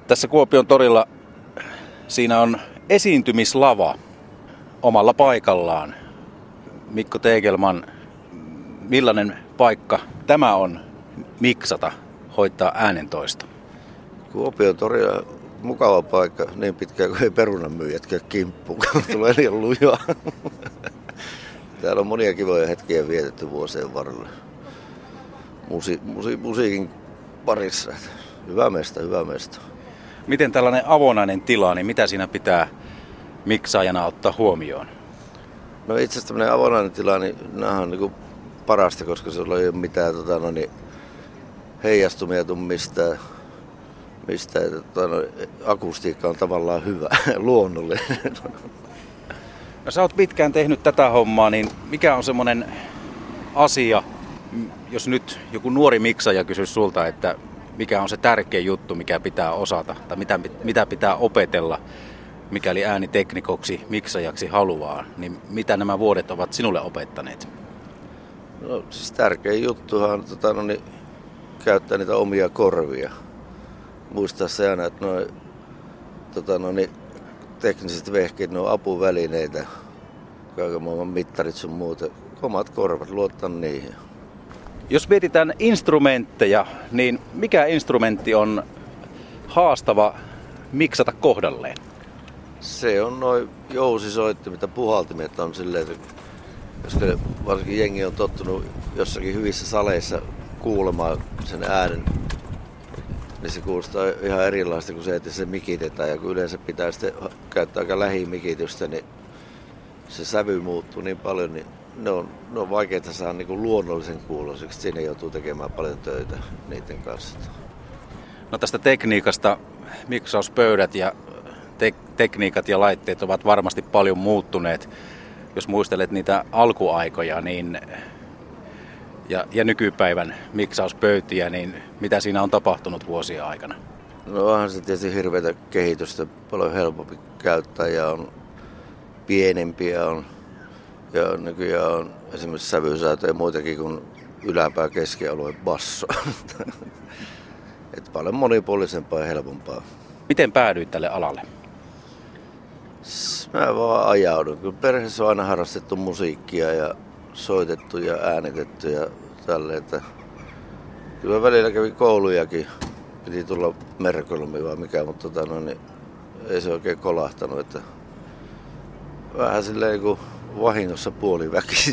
Tässä Kuopion torilla siinä on esiintymislava omalla paikallaan. Mikko Tegelman, millainen paikka tämä on miksata, hoitaa äänentoista? Kuopion torilla mukava paikka, niin pitkään kuin ei perunanmyyjät käy kimppuun, kun tulee liian lujaa. Täällä on monia kivoja hetkiä vietetty vuosien varrella musiikin parissa. Hyvä mesta, hyvä mesta. Miten tällainen avonainen tila, niin mitä siinä pitää miksaajana ottaa huomioon? No itse asiassa tämmöinen avonainen tila, niin nämä on niin parasta, koska se ei ole mitään heijastumia mistään. Akustiikka on tavallaan hyvä, luonnollinen. No sä oot pitkään tehnyt tätä hommaa, niin mikä on semmoinen asia, jos nyt joku nuori miksaaja kysyisi sulta, että mikä on se tärkein juttu, mikä pitää osata tai mitä pitää opetella, mikäli ääniteknikoksi, miksaajaksi haluaa, niin mitä nämä vuodet ovat sinulle opettaneet? No siis tärkein juttuhan on käyttää niitä omia korvia. Muistaa se aina, että tekniset vehkeet, ne on apuvälineitä, kaiken maailman mittarit sun muuta. Omat korvat, luottaa niihin. Jos mietitään instrumentteja, niin mikä instrumentti on haastava miksata kohdalleen? Se on noin jousisoittimet ja puhaltimet on silleen, koska varsinkin jengi on tottunut jossakin hyvissä saleissa kuulemaan sen äänen, niin se kuulostaa ihan erilaista kuin se, että se mikitetään. Ja kun yleensä pitää sitten käyttää aika lähimikitystä, niin se sävy muuttuu niin paljon, niin ne on vaikeita saada niin kuin luonnollisen kuuloiseksi. Siinä joutuu tekemään paljon töitä niiden kanssa. No tästä tekniikasta, miksauspöydät ja tekniikat ja laitteet ovat varmasti paljon muuttuneet. Jos muistelet niitä alkuaikoja niin, ja nykypäivän miksauspöytiä, niin mitä siinä on tapahtunut vuosien aikana? No onhan se tietysti hirveätä kehitystä, paljon helpompi käyttää ja on pienempiä on. Ja nykyään on esimerkiksi sävysäätöjä muitakin kuin yläpää keskialueen basso. Että paljon monipuolisempaa ja helpompaa. Miten päädyit tälle alalle? Mä vaan ajaudun. Kyllä perheessä on aina harrastettu musiikkia ja soitettu ja äänitetty ja tälleen. Kyllä välillä kävi koulujakin. Piti tulla Merkolmi vai mikä, mutta niin ei se oikein kolahtanut. Että vähän silleen kuin vahingossa puoliväkisin.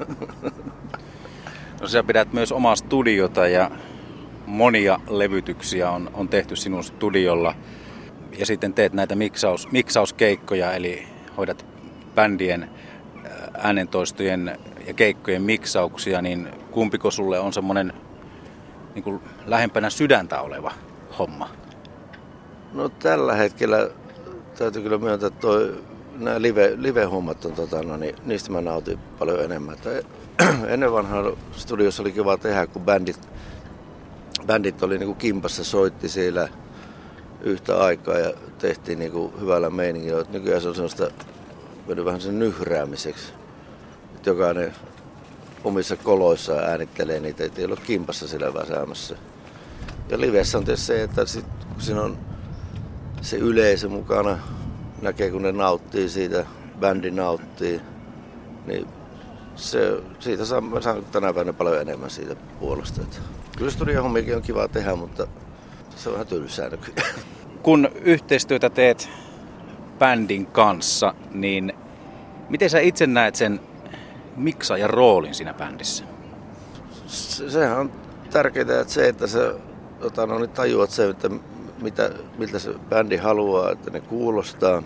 No sä pidät myös omaa studiota ja monia levytyksiä on tehty sinun studiolla. Ja sitten teet näitä miksauskeikkoja, eli hoidat bändien äänentoistojen ja keikkojen miksauksia, niin kumpiko sulle on semmoinen niin kuin lähempänä sydäntä oleva homma? No tällä hetkellä täytyy kyllä myöntää, että nämä live-hommat on, niin niistä mä nautin paljon enemmän. Ennen vanhaa studiossa oli kiva tehdä, kun bändit oli niin kuin kimpassa, soitti siellä yhtä aikaa ja tehtiin niin kuin hyvällä meiningillä. Nykyään se on sellaista mennyt vähän sen nyhräämiseksi. Että jokainen omissa koloissaan äänittelee niitä, ettei ole kimpassa siellä väsäämässä. Ja livessä on tietysti se, että kun siinä on se yleisö mukana, näkee kun ne nauttii siitä, bändi nauttii, niin siitä saan tänä päivänä paljon enemmän siitä puolesta. Kyllä studiohommiakin on kiva tehdä, mutta se on vähän tylsää nykyään. Kun yhteistyötä teet bändin kanssa, niin miten sä itse näet sen miksaajan roolin siinä bändissä? Sehän on tärkeää, että se, että sä tajuat sen, että miltä se bändi haluaa, että ne kuulostaa.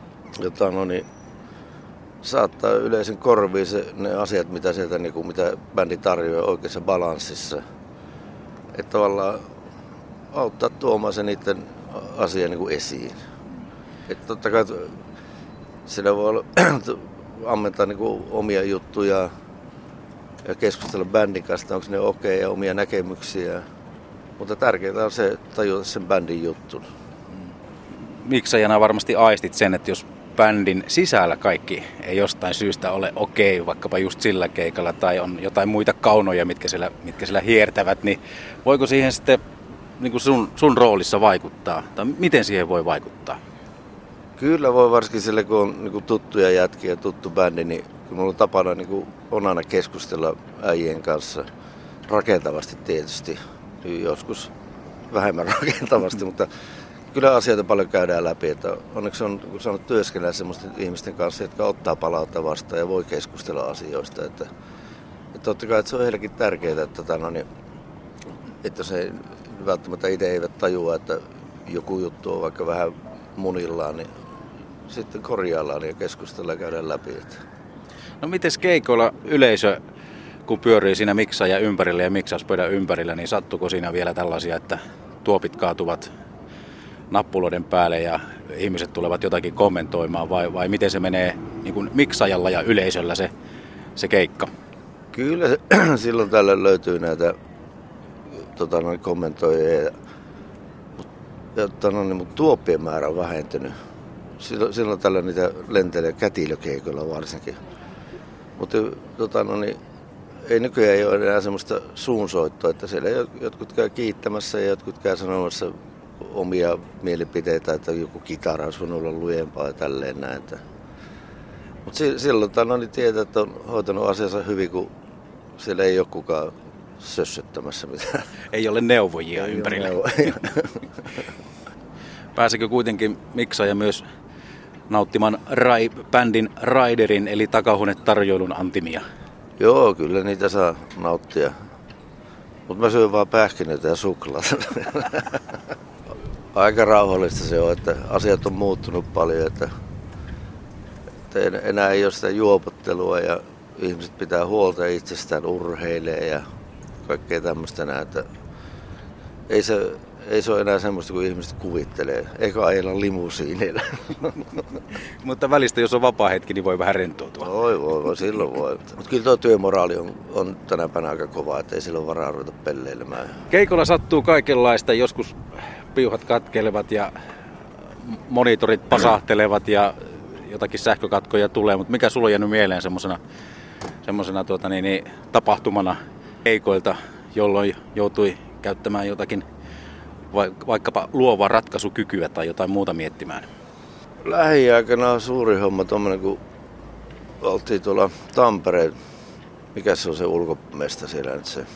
Saattaa yleisen korviin ne asiat, mitä sieltä, mitä bändi tarjoaa oikeassa balanssissa. Että tavallaan auttaa tuomaan se niiden asia esiin. Että totta kai siellä voi ammentaa omia juttuja ja keskustella bändin kanssa, onko ne okei ja omia näkemyksiä. Mutta tärkeintä on se tajuta sen bändin juttun. Miksaajana varmasti aistit sen, että jos bändin sisällä kaikki ei jostain syystä ole okei, vaikkapa just sillä keikalla, tai on jotain muita kaunoja, mitkä siellä hiertävät, niin voiko siihen sitten niin kuin sun roolissa vaikuttaa? Tai miten siihen voi vaikuttaa? Kyllä voi, varsinkin sille, kun on niin kuin tuttuja jätkiä ja tuttu bändi, niin kun mulla on tapana niin kuin on aina keskustella äijien kanssa rakentavasti tietysti, joskus vähemmän rakentavasti, mutta kyllä asioita paljon käydään läpi. Että onneksi on saanut työskennellä sellaisten ihmisten kanssa, jotka ottaa palautetta vastaan ja voi keskustella asioista. Että totta kai että se on heillekin tärkeää, että se välttämättä itse eivät tajua, että joku juttu on vaikka vähän munillaan, niin sitten korjaillaan ja keskustellaan ja käydään läpi. No miten keikoilla yleisö, kun pyörii siinä miksaaja ympärillä ja miksauspöydän ympärillä, niin sattuuko siinä vielä tällaisia, että tuopit kaatuvat nappuloiden päälle ja ihmiset tulevat jotakin kommentoimaan vai miten se menee niin kuin miksaajalla ja yleisöllä se keikka? Kyllä silloin tällöin löytyy näitä kommentoijia, mutta tuoppien määrä on vähentynyt. Silloin tällöin niitä lentelee kätilökeikoilla varsinkin. Mutta ei nykyään ole enää semmoista suunsoittoa, että siellä jotkut käy kiittämässä ja jotkut käy sanomassa omia mielipiteitä, että joku kitara olisi voinut olla lujempaa ja tälleen näin. Mutta silloin tietää, että on hoitanut asiansa hyvin, kun siellä ei ole kukaan sössöttämässä mitään. Ei ole neuvojia ympärillä. Pääsekö kuitenkin miksaaja myös nauttimaan bändin Raiderin eli takahuonetarjoilun antimia? Joo, kyllä niitä saa nauttia. Mutta mä syön vaan pähkinöitä ja suklaata. Aika rauhallista se on, että asiat on muuttunut paljon. Että enää ei ole sitä juopottelua ja ihmiset pitää huolta itsestään, urheilee ja kaikkea tämmöistä näin. Ei se ole enää semmoista kuin ihmiset kuvittelee, eikä ajella limusiinilla. Mutta välistä, jos on vapaa hetki, niin voi vähän rentoutua. Voi, silloin voi. Mutta kyllä tuo työmoraali on tänä päivänä aika kova, että ei silloin varaa ruveta pelleilemään. Keikolla sattuu kaikenlaista, joskus piuhat katkelevat ja monitorit pasahtelevat ja jotakin sähkökatkoja tulee, mutta mikä sulla on jäänyt mieleen semmoisena tapahtumana keikoilta, jolloin joutui käyttämään jotakin vaikkapa luovaa ratkaisukykyä tai jotain muuta miettimään? Lähiaikana suuri homma tuommoinen, kun oltiin tuolla Tampereen, mikä se on se ulkomesta siellä nyt se?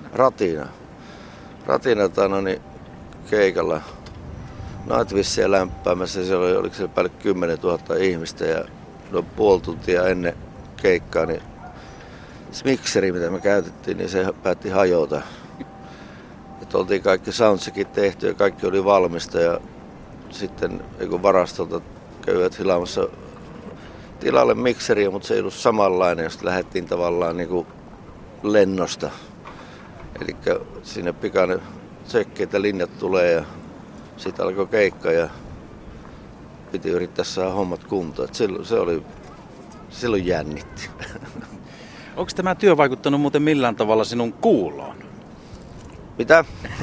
Ratina keikalla Nightwishia lämpäämässä. Siellä oliko siellä päälle 10 000 ihmistä ja puoli tuntia ennen keikkaa, niin se mikseri, mitä me käytettiin, niin se päätti hajota. Että oltiin kaikki soundcheckit tehty ja kaikki oli valmista ja sitten varastolta kävivät hilaamassa tilalle mikseriä, mutta se ei ollut samanlainen, josta lähdettiin tavallaan niin kuin lennosta. Eli sinne pikainen tsekki, että linjat tulee ja sitten alkoi keikka ja piti yrittää saada hommat kuntoon. Silloin jännitti. Onko tämä työ vaikuttanut muuten millään tavalla sinun kuuloon? Mitä?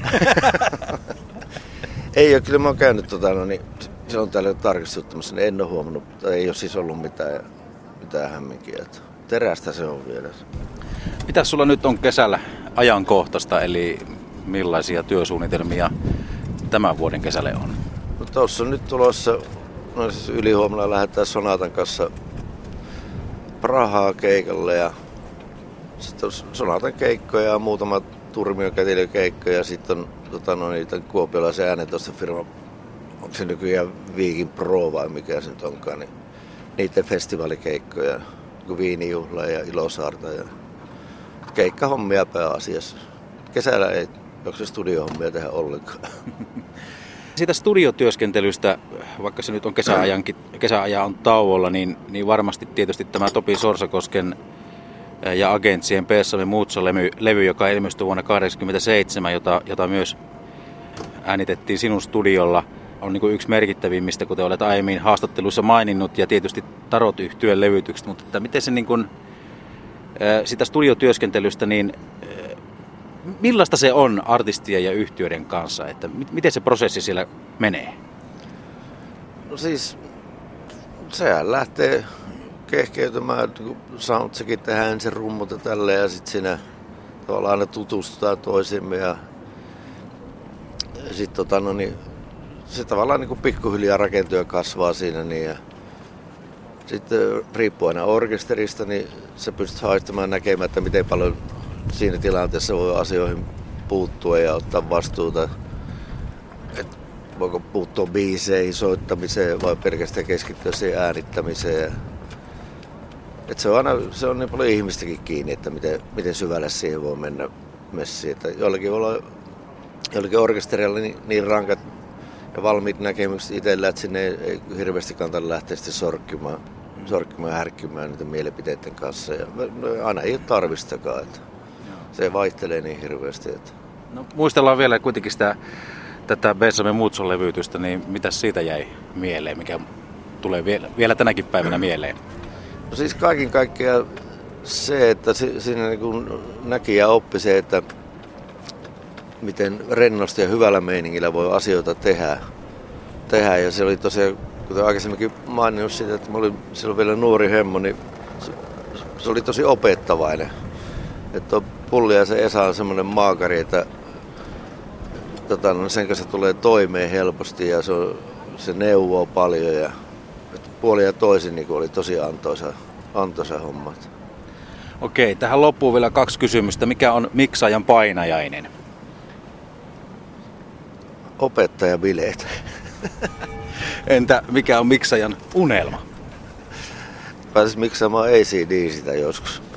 Ei ole, kyllä mä oon käynyt silloin täällä tarkistuttamassa, niin en ole huomannut, että ei ole siis ollut mitään hämminkiä. Terästä se on vielä. Mitäs sulla nyt on kesällä ajankohtaista, eli millaisia työsuunnitelmia tämän vuoden kesälle on? No tuossa on nyt tulossa, siis ylihuomenna lähdetään Sonatan kanssa Prahaa keikalle ja sitten on Sonatan keikkoja ja muutama Turmio-kätilökeikko ja sitten on niitä kuopiolaisen äänentoistofirma, onko se nykyään Viikin Pro vai mikä se nyt onkaan, niin niiden festivaalikeikkoja, niin Viinijuhla ja Ilosaarta ja keikkahommia pääasiassa. Kesällä ei jaksa studiohommia tehdä ollenkaan. Siitä studiotyöskentelystä, vaikka se nyt on kesäajan on tauolla, niin varmasti tietysti tämä Topi Sorsakosken ja Agentsien Pessamme Muutso-levy, joka ilmestyi vuonna 1987, jota myös äänitettiin sinun studiolla, on niin kuin yksi merkittävimmistä, kuten olet aiemmin haastatteluissa maininnut, ja tietysti Tarot-yhtyeen levytykset. Mutta että miten se niin kuin, sitä studiotyöskentelystä, niin millaista se on artistien ja yhtyeiden kanssa? Että miten se prosessi siellä menee? No siis, sehän lähtee kehkeytymään, kun soundcheckin tehdään ensin rummut ja tälleen, ja sitten siinä tavallaan aina tutustutaan toisimme ja sitten se tavallaan niin kuin pikkuhiljaa rakentuu ja kasvaa siinä. Niin, ja sitten riippuen aina orkesterista, niin sä pystyt haistamaan näkemään, että miten paljon siinä tilanteessa voi asioihin puuttua ja ottaa vastuuta. Et voiko puuttua biiseihin, soittamiseen vai pelkästään keskittyä siihen äänittämiseen. Et se on niin paljon ihmistäkin kiinni, että miten syvälle siihen voi mennä messiin. Että jollakin orkesterilla niin rankat ja valmiit näkemykset itsellä, että sinne ei hirveästi kannata lähteä sitten sorkkimaan ja härkkimään niitä mielipiteiden kanssa. Ja aina ei ole tarvistakaan, että se vaihtelee niin hirveästi. Että. No, muistellaan vielä kuitenkin tätä Bésame Mucho-levytystä, niin mitä siitä jäi mieleen, mikä tulee vielä tänäkin päivänä mieleen? No siis kaiken kaikkiaan se, että siinä niin näki ja oppi se, että miten rennosti ja hyvällä meiningillä voi asioita tehdä. Ja se oli tosiaan, kuten aikaisemminkin maininnut siitä, että mä olin silloin vielä nuori hemmo, niin se oli tosi opettavainen. Että Pulliaisen Esa on semmoinen maakari, että sen kanssa tulee toimeen helposti ja se neuvoo paljon. Ja puolin ja toisin niin oli tosi antoisa homma. Okei, tähän loppuu vielä 2 kysymystä. Mikä on miksaajan painajainen? Opettajabileet. Entä mikä on miksaajan unelma? Pääsis miksaamaan AC/DC sitä joskus.